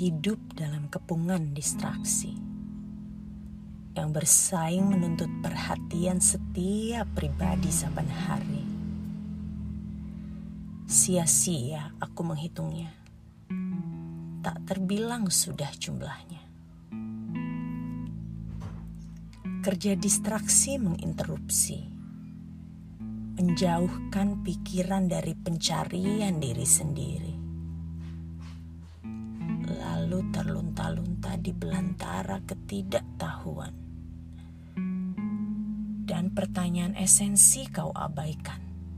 hidup dalam kepungan distraksi yang bersaing menuntut perhatian setiap pribadi saban hari. Sia-sia aku menghitungnya, tak terbilang sudah jumlahnya. Kerja distraksi menginterupsi, menjauhkan pikiran dari pencarian diri sendiri. Lalu terlunta-lunta di belantara ketidaktahuan. Dan pertanyaan esensi kau abaikan.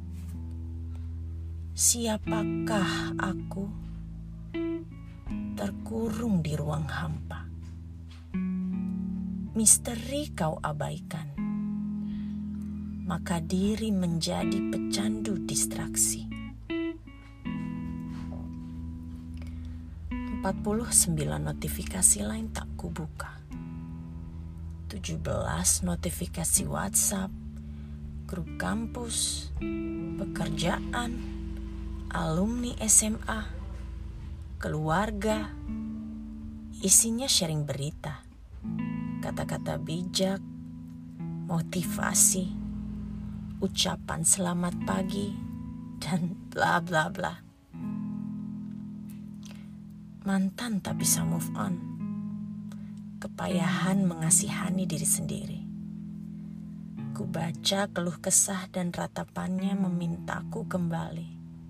Siapakah aku terkurung di ruang hampa? Misteri kau abaikan. Maka diri menjadi pecandu distraksi. 49 notifikasi lain tak kubuka. 17 notifikasi WhatsApp, grup kampus, pekerjaan, alumni SMA, keluarga. Isinya sharing berita, kata-kata bijak, motivasi, ucapan selamat pagi, dan bla bla bla. Mantan tak bisa move on. Kepayahan mengasihani diri sendiri. Ku baca keluh kesah dan ratapannya memintaku kembali.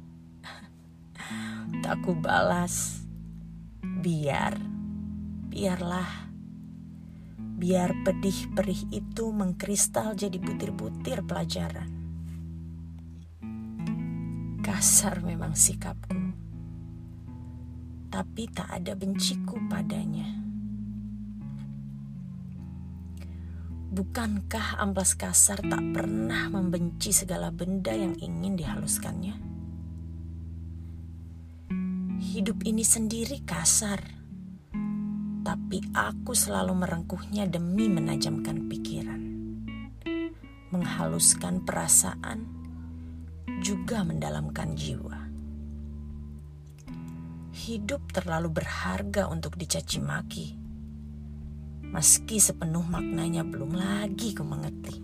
Tak ku balas. Biarlah. Biar pedih-perih itu mengkristal jadi butir-butir pelajaran. Kasar memang sikapku, tapi tak ada benciku padanya. Bukankah amplas kasar tak pernah membenci segala benda yang ingin dihaluskannya? Hidup ini sendiri kasar, tapi aku selalu merengkuhnya demi menajamkan pikiran, menghaluskan perasaan, juga mendalamkan jiwa. Hidup terlalu berharga untuk dicaci maki, meski sepenuh maknanya belum lagi ku mengerti.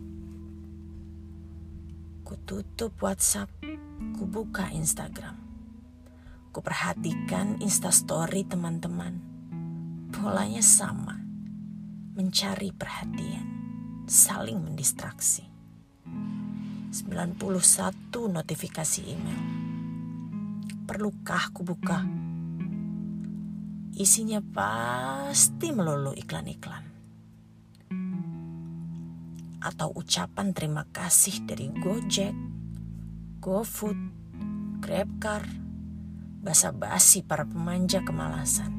Ku tutup WhatsApp, ku buka Instagram. Ku perhatikan Instastory teman-teman. Polanya sama, mencari perhatian, saling mendistraksi. 91 notifikasi email. Perlukah ku buka? Isinya pasti melulu iklan-iklan. Atau ucapan terima kasih dari Gojek, GoFood, GrabCar, basa-basi para pemanja kemalasan.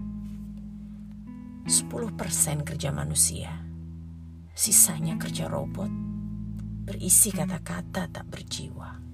10% kerja manusia, sisanya kerja robot, berisi kata-kata tak berjiwa.